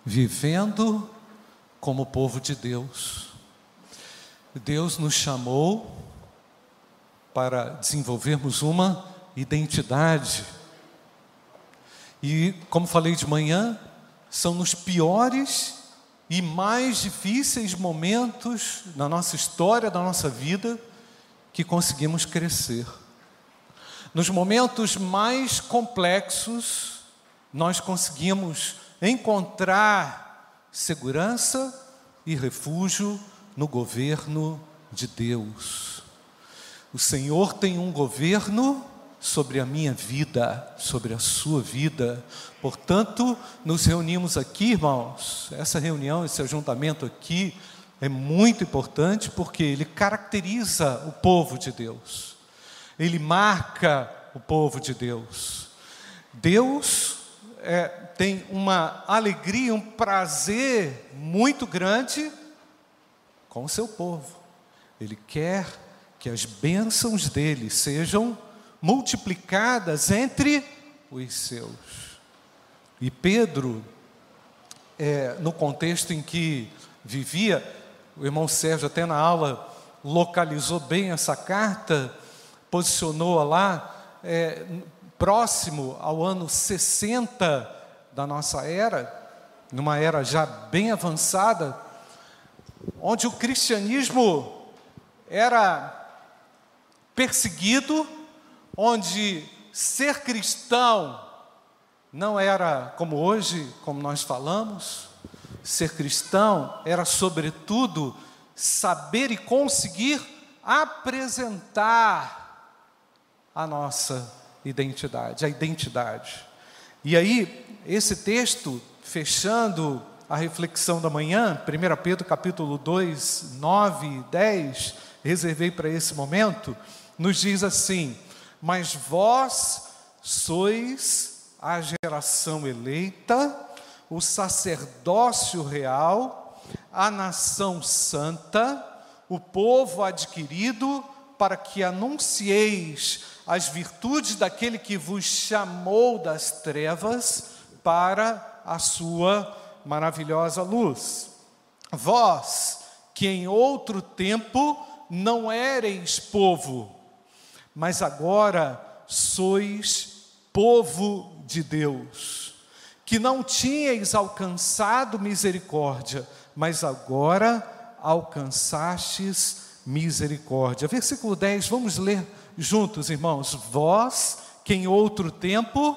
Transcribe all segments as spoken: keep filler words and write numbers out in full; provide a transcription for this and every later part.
vivendo como povo de Deus. Deus nos chamou para desenvolvermos uma identidade. E, como falei de manhã, são nos piores e mais difíceis momentos na nossa história, da nossa vida, que conseguimos crescer. Nos momentos mais complexos, nós conseguimos encontrar segurança e refúgio no governo de Deus. O Senhor tem um governo sobre a minha vida, sobre a sua vida. Portanto, nos reunimos aqui, irmãos. Essa reunião, esse ajuntamento aqui é muito importante porque ele caracteriza o povo de Deus. Ele marca o povo de Deus. Deus é, tem uma alegria, um prazer muito grande com o seu povo. Ele quer que as bênçãos dele sejam multiplicadas entre os seus. E Pedro, é, no contexto em que vivia, o irmão Sérgio até na aula localizou bem essa carta, posicionou-a lá, é, próximo ao ano sessenta da nossa era, numa era já bem avançada, onde o cristianismo era perseguido, onde ser cristão não era como hoje, como nós falamos. Ser cristão era, sobretudo, saber e conseguir apresentar a nossa identidade, a identidade. E aí, esse texto, fechando a reflexão da manhã, primeira Pedro capítulo dois, nove e dez, reservei para esse momento, nos diz assim: mas vós sois a geração eleita, o sacerdócio real, a nação santa, o povo adquirido, para que anuncieis as virtudes daquele que vos chamou das trevas para a sua maravilhosa luz. Vós, que em outro tempo não éreis povo, mas agora sois povo de Deus, que não tinhais alcançado misericórdia, mas agora alcançastes misericórdia. Versículo dez, vamos ler juntos, irmãos. Vós, que em outro tempo,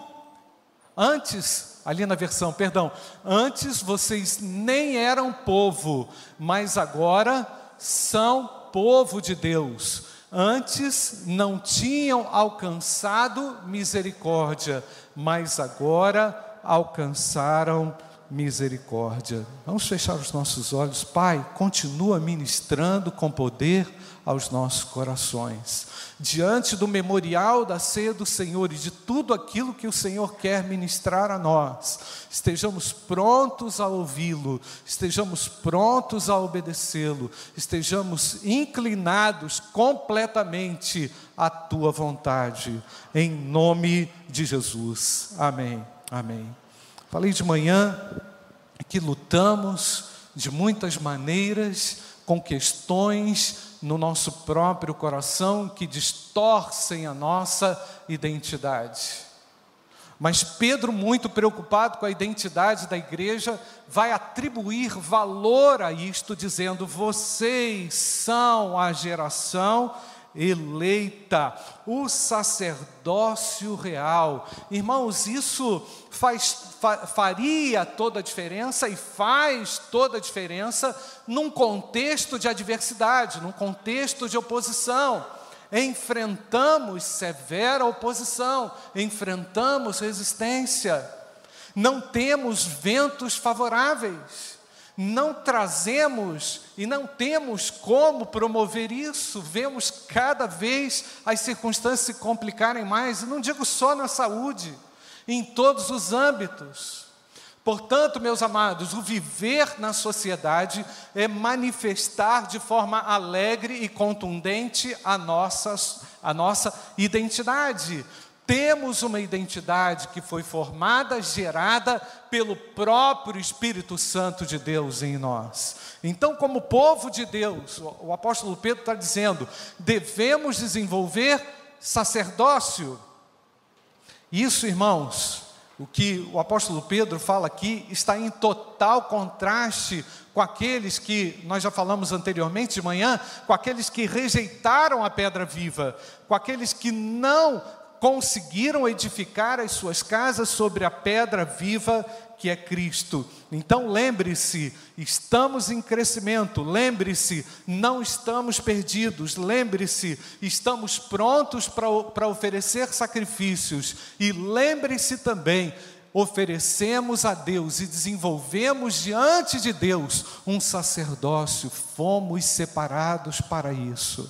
antes, ali na versão, perdão, antes vocês nem eram povo, mas agora são povo de Deus. Antes não tinham alcançado misericórdia, mas agora alcançaram misericórdia. Vamos fechar os nossos olhos. Pai, continua ministrando com poder aos nossos corações. Diante do memorial da ceia do Senhor e de tudo aquilo que o Senhor quer ministrar a nós, estejamos prontos a ouvi-lo, estejamos prontos a obedecê-lo, estejamos inclinados completamente à tua vontade, em nome de Jesus. Amém. Amém. Falei de manhã que lutamos de muitas maneiras com questões no nosso próprio coração que distorcem a nossa identidade. Mas Pedro, muito preocupado com a identidade da igreja, vai atribuir valor a isto, dizendo: vocês são a geração eleita, o sacerdócio real. Irmãos, isso faz, fa, faria toda a diferença e faz toda a diferença num contexto de adversidade, num contexto de oposição. Enfrentamos severa oposição, enfrentamos resistência, não temos ventos favoráveis, não trazemos e não temos como promover isso. Vemos cada vez as circunstâncias se complicarem mais, e não digo só na saúde, em todos os âmbitos. Portanto, meus amados, o viver na sociedade é manifestar de forma alegre e contundente a nossa, a nossa identidade. Temos uma identidade que foi formada, gerada pelo próprio Espírito Santo de Deus em nós. Então, como povo de Deus, o apóstolo Pedro está dizendo, devemos desenvolver sacerdócio. Isso, irmãos, o que o apóstolo Pedro fala aqui está em total contraste com aqueles que, nós já falamos anteriormente de manhã, com aqueles que rejeitaram a pedra viva, com aqueles que não conseguiram edificar as suas casas sobre a pedra viva que é Cristo. Então lembre-se, estamos em crescimento, lembre-se, não estamos perdidos, lembre-se, estamos prontos para, para oferecer sacrifícios, e lembre-se também, oferecemos a Deus e desenvolvemos diante de Deus um sacerdócio, fomos separados para isso.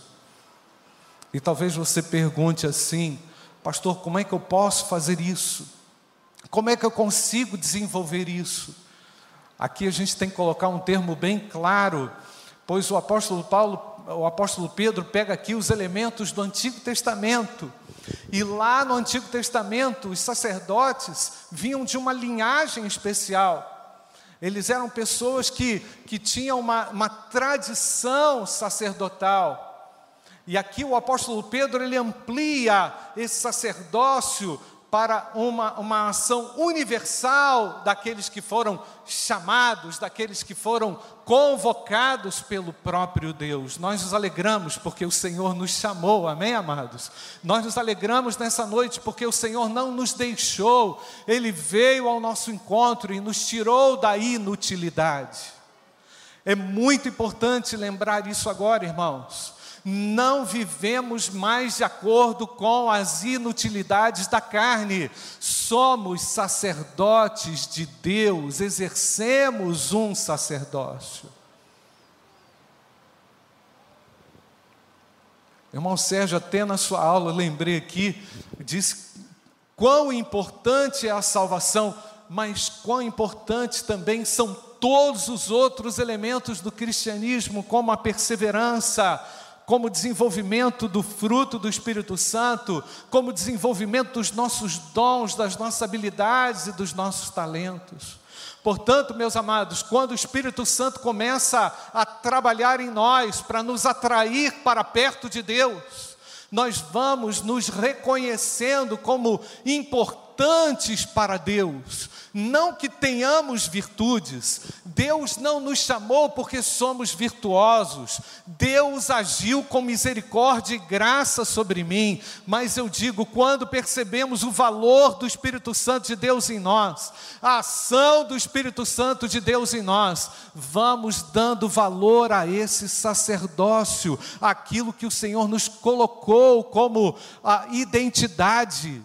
E talvez você pergunte assim, pastor, como é que eu posso fazer isso? Como é que eu consigo desenvolver isso? Aqui a gente tem que colocar um termo bem claro, pois o apóstolo Paulo, o apóstolo Pedro pega aqui os elementos do Antigo Testamento, e lá no Antigo Testamento os sacerdotes vinham de uma linhagem especial. Eles eram pessoas que, que tinham uma, uma tradição sacerdotal. E aqui o apóstolo Pedro, ele amplia esse sacerdócio para uma, uma ação universal daqueles que foram chamados, daqueles que foram convocados pelo próprio Deus. Nós nos alegramos porque o Senhor nos chamou, amém, amados? Nós nos alegramos nessa noite porque o Senhor não nos deixou, Ele veio ao nosso encontro e nos tirou da inutilidade. É muito importante lembrar isso agora, irmãos. Não vivemos mais de acordo com as inutilidades da carne. Somos sacerdotes de Deus, exercemos um sacerdócio. Irmão Sérgio, até na sua aula, eu lembrei aqui, disse quão importante é a salvação, mas quão importantes também são todos os outros elementos do cristianismo, como a perseverança, como desenvolvimento do fruto do Espírito Santo, como desenvolvimento dos nossos dons, das nossas habilidades e dos nossos talentos. Portanto, meus amados, quando o Espírito Santo começa a trabalhar em nós, para nos atrair para perto de Deus, nós vamos nos reconhecendo como importantes para Deus. Não que tenhamos virtudes, Deus não nos chamou porque somos virtuosos, Deus agiu com misericórdia e graça sobre mim, mas eu digo, quando percebemos o valor do Espírito Santo de Deus em nós, a ação do Espírito Santo de Deus em nós, vamos dando valor a esse sacerdócio, aquilo que o Senhor nos colocou como a identidade.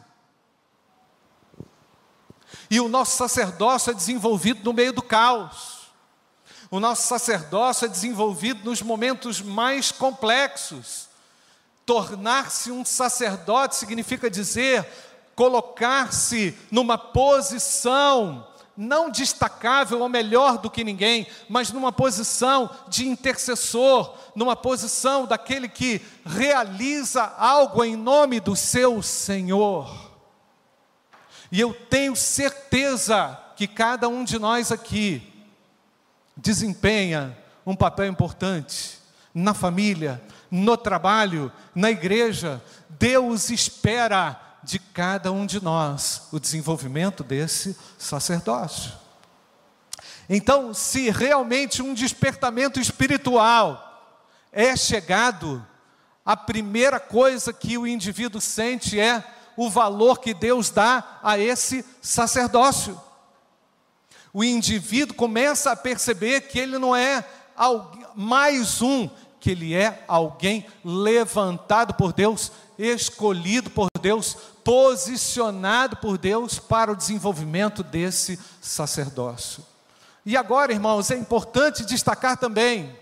E o nosso sacerdócio é desenvolvido no meio do caos. O nosso sacerdócio é desenvolvido nos momentos mais complexos. Tornar-se um sacerdote significa dizer, colocar-se numa posição não destacável ou melhor do que ninguém, mas numa posição de intercessor, numa posição daquele que realiza algo em nome do seu Senhor. E eu tenho certeza que cada um de nós aqui desempenha um papel importante na família, no trabalho, na igreja. Deus espera de cada um de nós o desenvolvimento desse sacerdócio. Então, se realmente um despertamento espiritual é chegado, a primeira coisa que o indivíduo sente é o valor que Deus dá a esse sacerdócio. O indivíduo começa a perceber que ele não é mais um, que ele é alguém levantado por Deus, escolhido por Deus, posicionado por Deus para o desenvolvimento desse sacerdócio. E agora, irmãos, é importante destacar também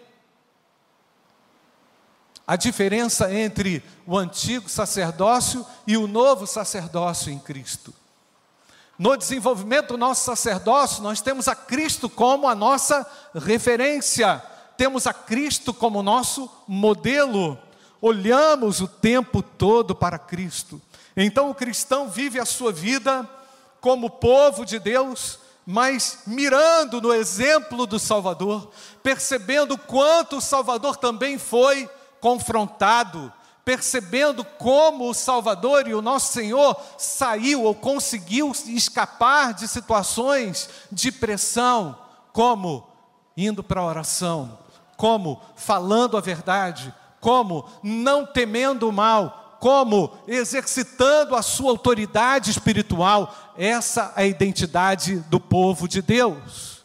a diferença entre o antigo sacerdócio e o novo sacerdócio em Cristo. No desenvolvimento do nosso sacerdócio, nós temos a Cristo como a nossa referência, temos a Cristo como nosso modelo, olhamos o tempo todo para Cristo. Então o cristão vive a sua vida como povo de Deus, mas mirando no exemplo do Salvador, percebendo quanto o Salvador também foi confrontado, percebendo como o Salvador e o nosso Senhor saiu ou conseguiu escapar de situações de pressão, como indo para a oração, como falando a verdade, como não temendo o mal, como exercitando a sua autoridade espiritual. Essa é a identidade do povo de Deus.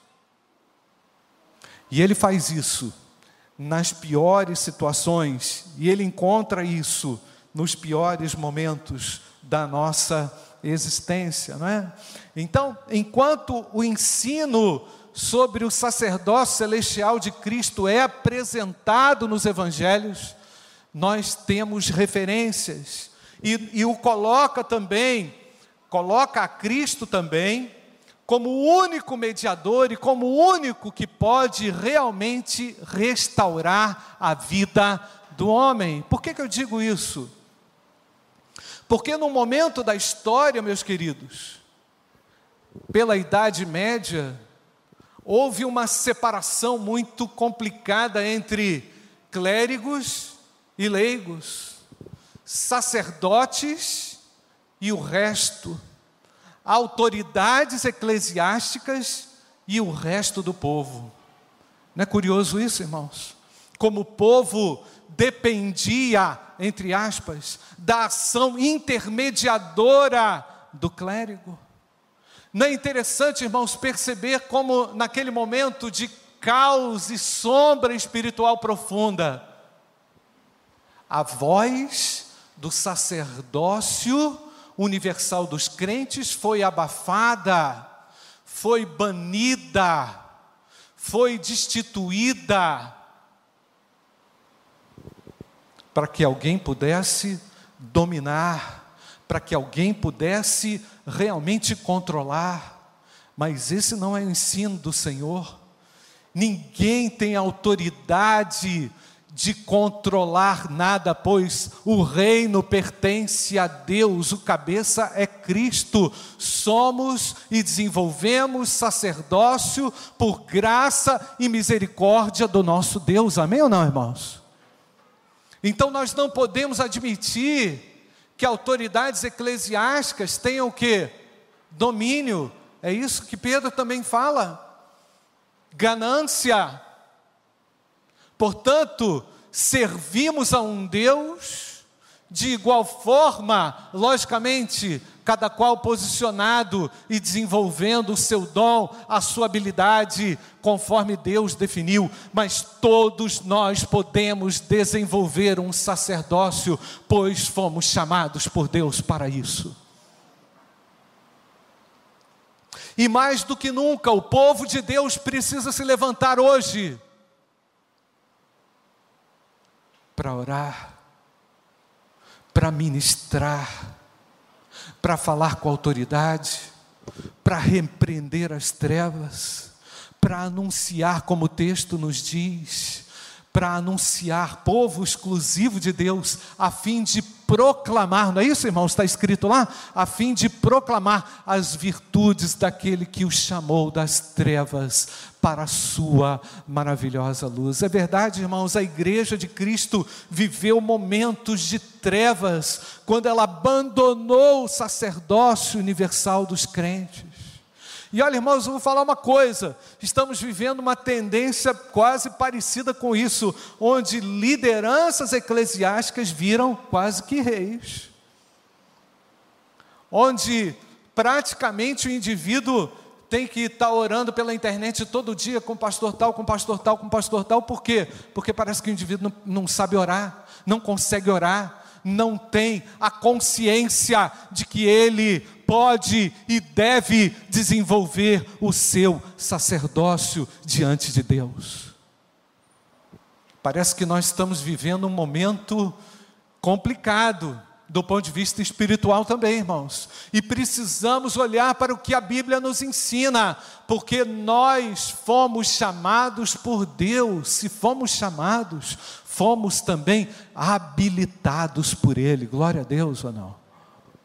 E ele faz isso nas piores situações, e ele encontra isso nos piores momentos da nossa existência, não é? Então, enquanto o ensino sobre o sacerdócio celestial de Cristo é apresentado nos evangelhos, nós temos referências, e, e o coloca também, coloca a Cristo também, como o único mediador e como o único que pode realmente restaurar a vida do homem. Por que que eu digo isso? Porque no momento da história, meus queridos, pela Idade Média, houve uma separação muito complicada entre clérigos e leigos, sacerdotes e o resto, autoridades eclesiásticas e o resto do povo. Não é curioso isso, irmãos? Como o povo dependia, entre aspas, da ação intermediadora do clérigo. Não é interessante, irmãos, perceber como naquele momento de caos e sombra espiritual profunda, a voz do sacerdócio universal dos crentes foi abafada, foi banida, foi destituída, para que alguém pudesse dominar, para que alguém pudesse realmente controlar. Mas esse não é o ensino do Senhor. Ninguém tem autoridade de controlar nada, pois o reino pertence a Deus, o cabeça é Cristo. Somos e desenvolvemos sacerdócio por graça e misericórdia do nosso Deus. Amém ou não, irmãos? Então nós não podemos admitir que autoridades eclesiásticas tenham o quê? Domínio. É isso que Pedro também fala. Ganância. Portanto, servimos a um Deus de igual forma, logicamente, cada qual posicionado e desenvolvendo o seu dom, a sua habilidade, conforme Deus definiu, mas todos nós podemos desenvolver um sacerdócio, pois fomos chamados por Deus para isso. E mais do que nunca, o povo de Deus precisa se levantar hoje para orar, para ministrar, para falar com autoridade, para repreender as trevas, para anunciar, como o texto nos diz, para anunciar povo exclusivo de Deus, a fim de proclamar, não é isso, irmãos? Está escrito lá? A fim de proclamar as virtudes daquele que o chamou das trevas para a sua maravilhosa luz. É verdade, irmãos, a igreja de Cristo viveu momentos de trevas, quando ela abandonou o sacerdócio universal dos crentes. E olha, irmãos, eu vou falar uma coisa, estamos vivendo uma tendência quase parecida com isso, onde lideranças eclesiásticas viram quase que reis, onde praticamente o indivíduo tem que estar orando pela internet todo dia com pastor tal, com pastor tal, com pastor tal. Por quê? Porque parece que o indivíduo não, não sabe orar, não consegue orar, não tem a consciência de que ele pode e deve desenvolver o seu sacerdócio diante de Deus. Parece que nós estamos vivendo um momento complicado, do ponto de vista espiritual também, irmãos, e precisamos olhar para o que a Bíblia nos ensina, porque nós fomos chamados por Deus. Se fomos chamados, fomos também habilitados por Ele. Glória a Deus ou não?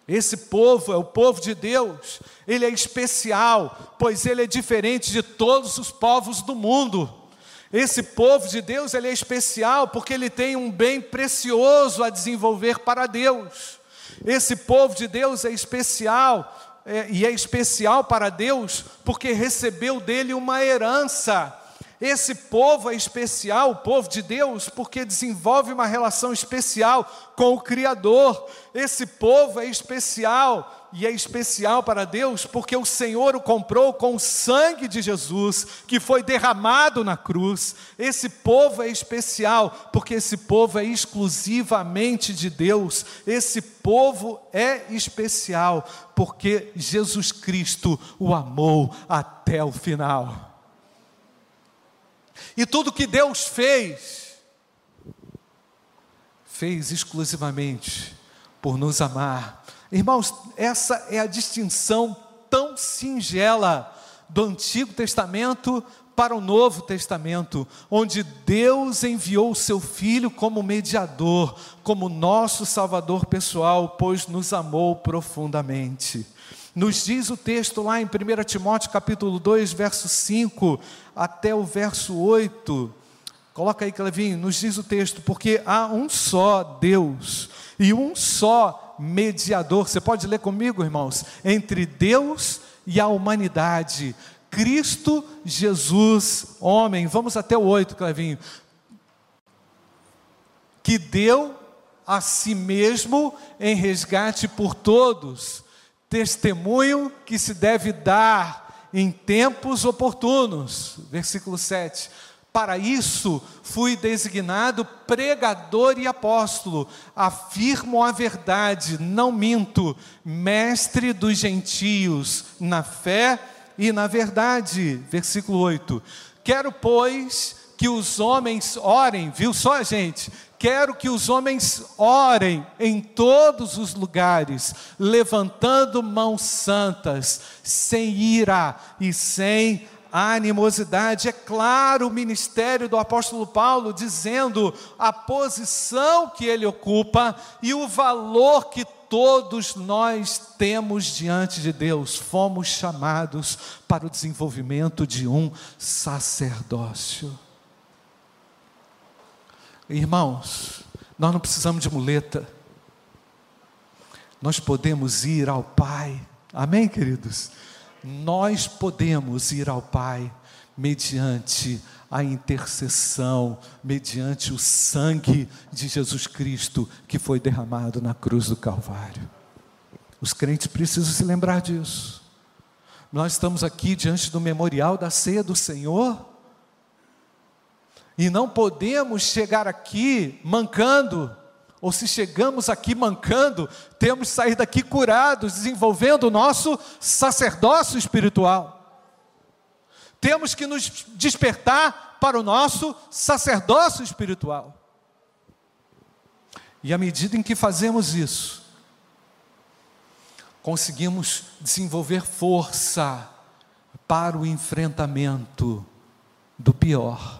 Esse povo é o povo de Deus, ele é especial, pois ele é diferente de todos os povos do mundo. Esse povo de Deus, ele é especial porque ele tem um bem precioso a desenvolver para Deus. Esse povo de Deus é especial, é, e é especial para Deus porque recebeu dele uma herança. Esse povo é especial, o povo de Deus, porque desenvolve uma relação especial com o Criador. Esse povo é especial, e é especial para Deus, porque o Senhor o comprou com o sangue de Jesus, que foi derramado na cruz. Esse povo é especial, porque esse povo é exclusivamente de Deus. Esse povo é especial, porque Jesus Cristo o amou até o final. E tudo que Deus fez, fez exclusivamente por nos amar. Irmãos, essa é a distinção tão singela do Antigo Testamento para o Novo Testamento, onde Deus enviou o seu Filho como mediador, como nosso Salvador pessoal, pois nos amou profundamente. Nos diz o texto lá em primeira Timóteo capítulo dois, verso cinco até o verso oito. Coloca aí, Clevinho. Nos diz o texto: porque há um só Deus e um só mediador. Você pode ler comigo, irmãos? Entre Deus e a humanidade, Cristo Jesus, homem. Vamos até o oito, Clevinho. Que deu a si mesmo em resgate por todos, testemunho que se deve dar em tempos oportunos. Versículo sete. Para isso fui designado pregador e apóstolo, afirmo a verdade, não minto, mestre dos gentios, na fé e na verdade. Versículo oito. Quero, pois, que os homens orem, viu só, gente? Quero que os homens orem em todos os lugares, levantando mãos santas, sem ira e sem animosidade. É claro o ministério do apóstolo Paulo, dizendo a posição que ele ocupa e o valor que todos nós temos diante de Deus. Fomos chamados para o desenvolvimento de um sacerdócio. Irmãos, nós não precisamos de muleta, nós podemos ir ao Pai, amém, queridos? Nós podemos ir ao Pai mediante a intercessão, mediante o sangue de Jesus Cristo que foi derramado na cruz do Calvário. Os crentes precisam se lembrar disso. Nós estamos aqui diante do memorial da ceia do Senhor, e não podemos chegar aqui mancando, ou se chegamos aqui mancando, temos que sair daqui curados, desenvolvendo o nosso sacerdócio espiritual. Temos que nos despertar para o nosso sacerdócio espiritual. E à medida em que fazemos isso, conseguimos desenvolver força para o enfrentamento do pior.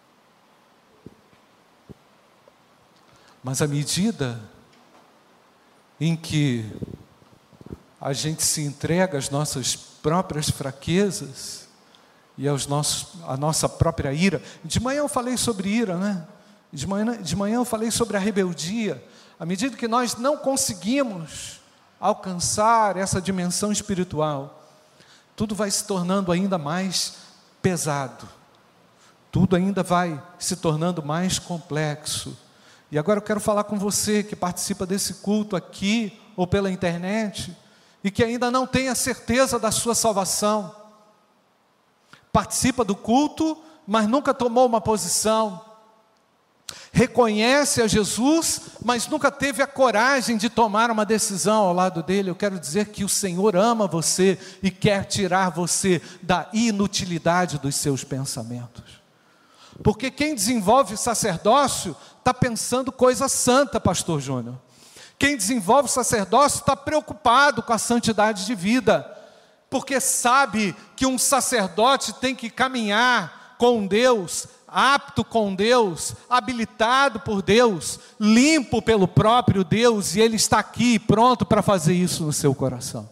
Mas à medida em que a gente se entrega às nossas próprias fraquezas e aos nossos, à nossa própria ira, de manhã eu falei sobre ira, né? De manhã, de manhã eu falei sobre a rebeldia. À medida que nós não conseguimos alcançar essa dimensão espiritual, tudo vai se tornando ainda mais pesado, tudo ainda vai se tornando mais complexo. E agora eu quero falar com você que participa desse culto aqui ou pela internet e que ainda não tem a certeza da sua salvação. Participa do culto, mas nunca tomou uma posição. Reconhece a Jesus, mas nunca teve a coragem de tomar uma decisão ao lado dele. Eu quero dizer que o Senhor ama você e quer tirar você da inutilidade dos seus pensamentos. Porque quem desenvolve sacerdócio está pensando coisa santa, pastor Júnior. Quem desenvolve sacerdócio está preocupado com a santidade de vida, porque sabe que um sacerdote tem que caminhar com Deus, apto com Deus, habilitado por Deus, limpo pelo próprio Deus, e Ele está aqui pronto para fazer isso no seu coração.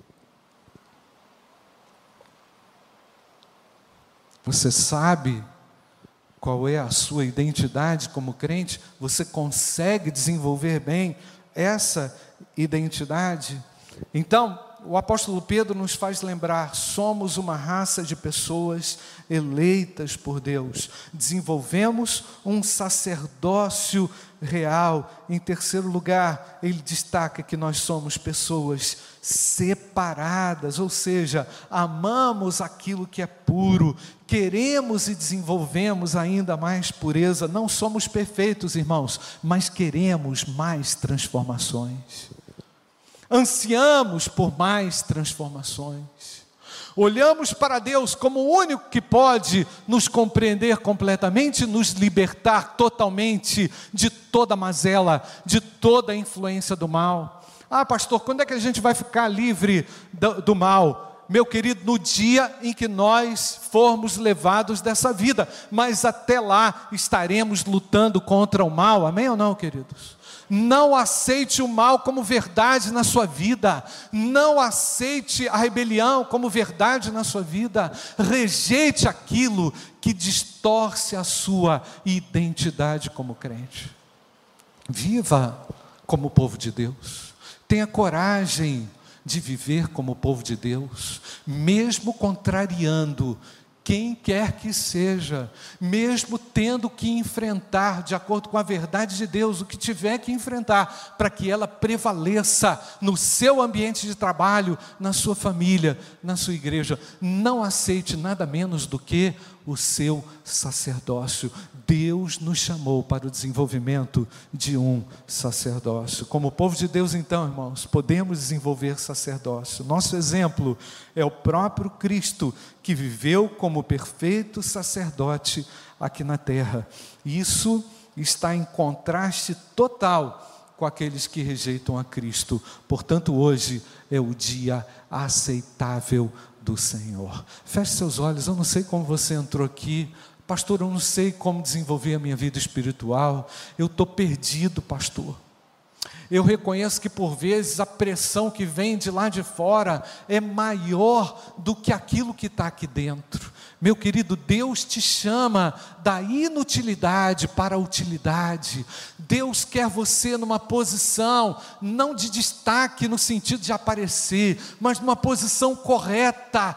Você sabe qual é a sua identidade como crente? Você consegue desenvolver bem essa identidade? Então, o apóstolo Pedro nos faz lembrar, somos uma raça de pessoas eleitas por Deus, desenvolvemos um sacerdócio real. Em terceiro lugar, ele destaca que nós somos pessoas separadas, ou seja, amamos aquilo que é puro, queremos e desenvolvemos ainda mais pureza. Não somos perfeitos, irmãos, mas queremos mais transformações. Ansiamos por mais transformações. Olhamos para Deus como o único que pode nos compreender completamente, nos libertar totalmente de toda mazela, de toda influência do mal. Ah, pastor, quando é que a gente vai ficar livre do, do mal? Meu querido, no dia em que nós formos levados dessa vida, mas até lá estaremos lutando contra o mal, amém ou não, queridos? Não aceite o mal como verdade na sua vida, não aceite a rebelião como verdade na sua vida, rejeite aquilo que distorce a sua identidade como crente. Viva como povo de Deus, tenha coragem de viver como povo de Deus, mesmo contrariando quem quer que seja, mesmo tendo que enfrentar, de acordo com a verdade de Deus, o que tiver que enfrentar, para que ela prevaleça no seu ambiente de trabalho, na sua família, na sua igreja. Não aceite nada menos do que o seu sacerdócio. Deus nos chamou para o desenvolvimento de um sacerdócio. Como povo de Deus, então, irmãos, podemos desenvolver sacerdócio. Nosso exemplo é o próprio Cristo, que viveu como perfeito sacerdote aqui na terra. Isso está em contraste total com aqueles que rejeitam a Cristo. Portanto, hoje é o dia aceitável do Senhor. Feche seus olhos. Eu não sei como você entrou aqui. Pastor, eu não sei como desenvolver a minha vida espiritual, eu estou perdido, pastor. Eu reconheço que por vezes a pressão que vem de lá de fora é maior do que aquilo que está aqui dentro. Meu querido, Deus te chama da inutilidade para a utilidade. Deus quer você numa posição, não de destaque no sentido de aparecer, mas numa posição correta,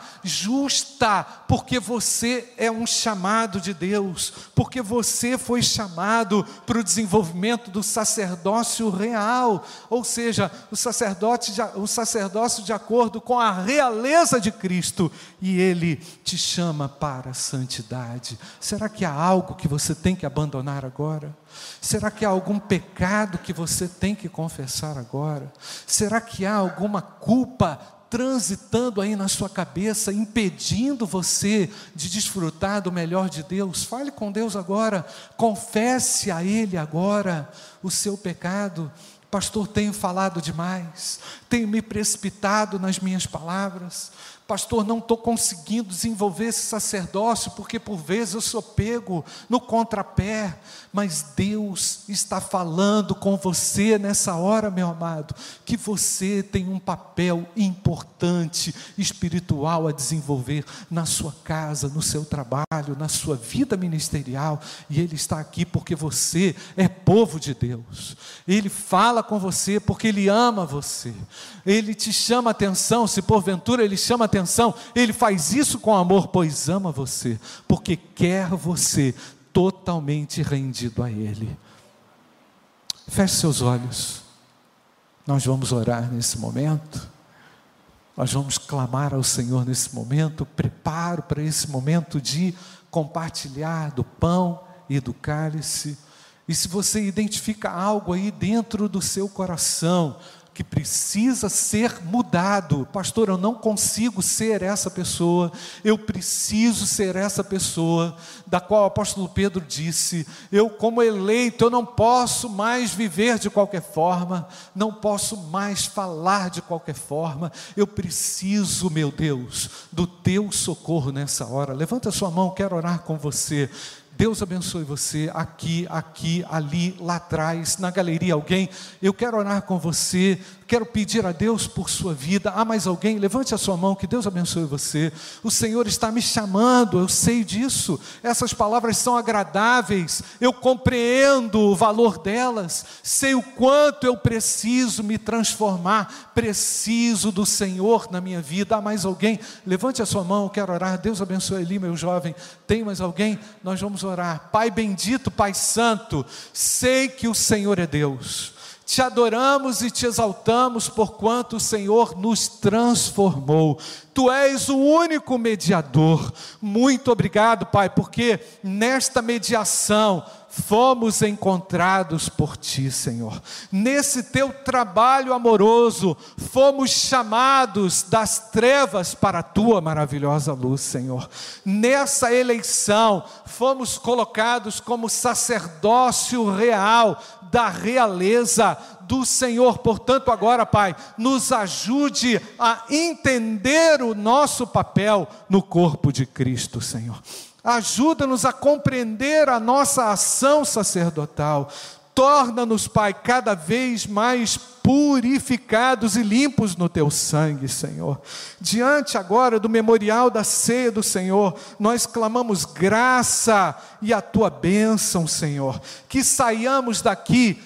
justa, porque você é um chamado de Deus, porque você foi chamado para o desenvolvimento do sacerdócio real, ou seja, o sacerdote, o sacerdócio de acordo com a realeza de Cristo, e Ele te chama para a santidade. Será que há algo que você tem que abandonar agora? Será que há algum pecado que você tem que confessar agora? Será que há alguma culpa transitando aí na sua cabeça, impedindo você de desfrutar do melhor de Deus? Fale com Deus agora, confesse a Ele agora o seu pecado. Pastor, tenho falado demais, tenho me precipitado nas minhas palavras. Pastor, não estou conseguindo desenvolver esse sacerdócio, porque por vezes eu sou pego no contrapé, mas Deus está falando com você nessa hora, meu amado, que você tem um papel importante, espiritual a desenvolver na sua casa, no seu trabalho, na sua vida ministerial, e Ele está aqui porque você é povo de Deus. Ele fala com você porque Ele ama você, Ele te chama a atenção, se porventura Ele chama a atenção, Ele faz isso com amor, pois ama você, porque quer você totalmente rendido a Ele. Feche seus olhos, nós vamos orar nesse momento, nós vamos clamar ao Senhor nesse momento. Preparo para esse momento de compartilhar do pão e do cálice. E se você identifica algo aí dentro do seu coração que precisa ser mudado, pastor, eu não consigo ser essa pessoa, eu preciso ser essa pessoa, da qual o apóstolo Pedro disse, eu como eleito, eu não posso mais viver de qualquer forma, não posso mais falar de qualquer forma, eu preciso, meu Deus, do do teu socorro nessa hora. Levanta a sua mão, quero orar com você. Deus abençoe você aqui, aqui, ali, lá atrás, na galeria. Alguém, eu quero orar com você, quero pedir a Deus por sua vida. Há mais alguém? Levante a sua mão, que Deus abençoe você. O Senhor está me chamando, eu sei disso. Essas palavras são agradáveis, eu compreendo o valor delas, sei o quanto eu preciso me transformar, preciso do Senhor na minha vida. Há mais alguém? Levante a sua mão, eu quero orar. Deus abençoe ali, meu jovem. Tem mais alguém? Nós vamos orar. Pai bendito, Pai santo, sei que o Senhor é Deus, te adoramos e te exaltamos porquanto o Senhor nos transformou. Tu és o único mediador. Muito obrigado, Pai, porque nesta mediação fomos encontrados por Ti, Senhor. Nesse Teu trabalho amoroso, fomos chamados das trevas para a Tua maravilhosa luz, Senhor. Nessa eleição, fomos colocados como sacerdócio real da realeza do Senhor. Portanto, agora, Pai, nos ajude a entender o nosso papel no corpo de Cristo, Senhor. Ajuda-nos a compreender a nossa ação sacerdotal. Torna-nos, Pai, cada vez mais purificados e limpos no Teu sangue, Senhor. Diante agora do memorial da ceia do Senhor, nós clamamos graça e a Tua bênção, Senhor. Que saiamos daqui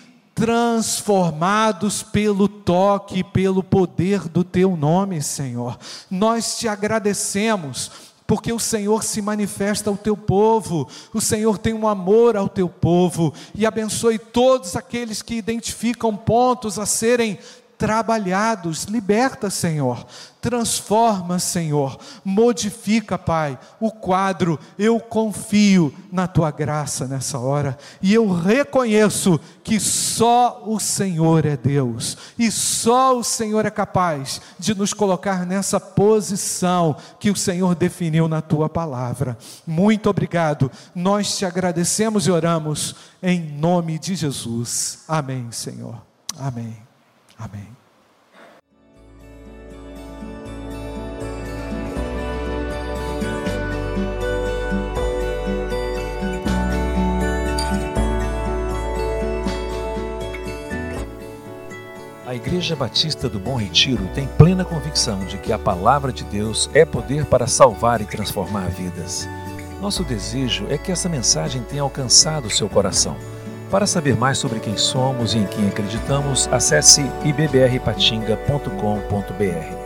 transformados pelo toque e pelo poder do Teu nome, Senhor. Nós Te agradecemos, porque o Senhor se manifesta ao Teu povo, o Senhor tem um amor ao Teu povo, e abençoe todos aqueles que identificam pontos a serem trabalhados. Liberta, Senhor, transforma, Senhor, modifica, Pai, o quadro. Eu confio na Tua graça nessa hora, e eu reconheço que só o Senhor é Deus, e só o Senhor é capaz de nos colocar nessa posição que o Senhor definiu na Tua palavra. Muito obrigado, nós Te agradecemos e oramos em nome de Jesus. Amém, Senhor. Amém. Amém. A Igreja Batista do Bom Retiro tem plena convicção de que a palavra de Deus é poder para salvar e transformar vidas. Nosso desejo é que essa mensagem tenha alcançado o seu coração. Para saber mais sobre quem somos e em quem acreditamos, acesse i b b r patinga ponto com ponto b r.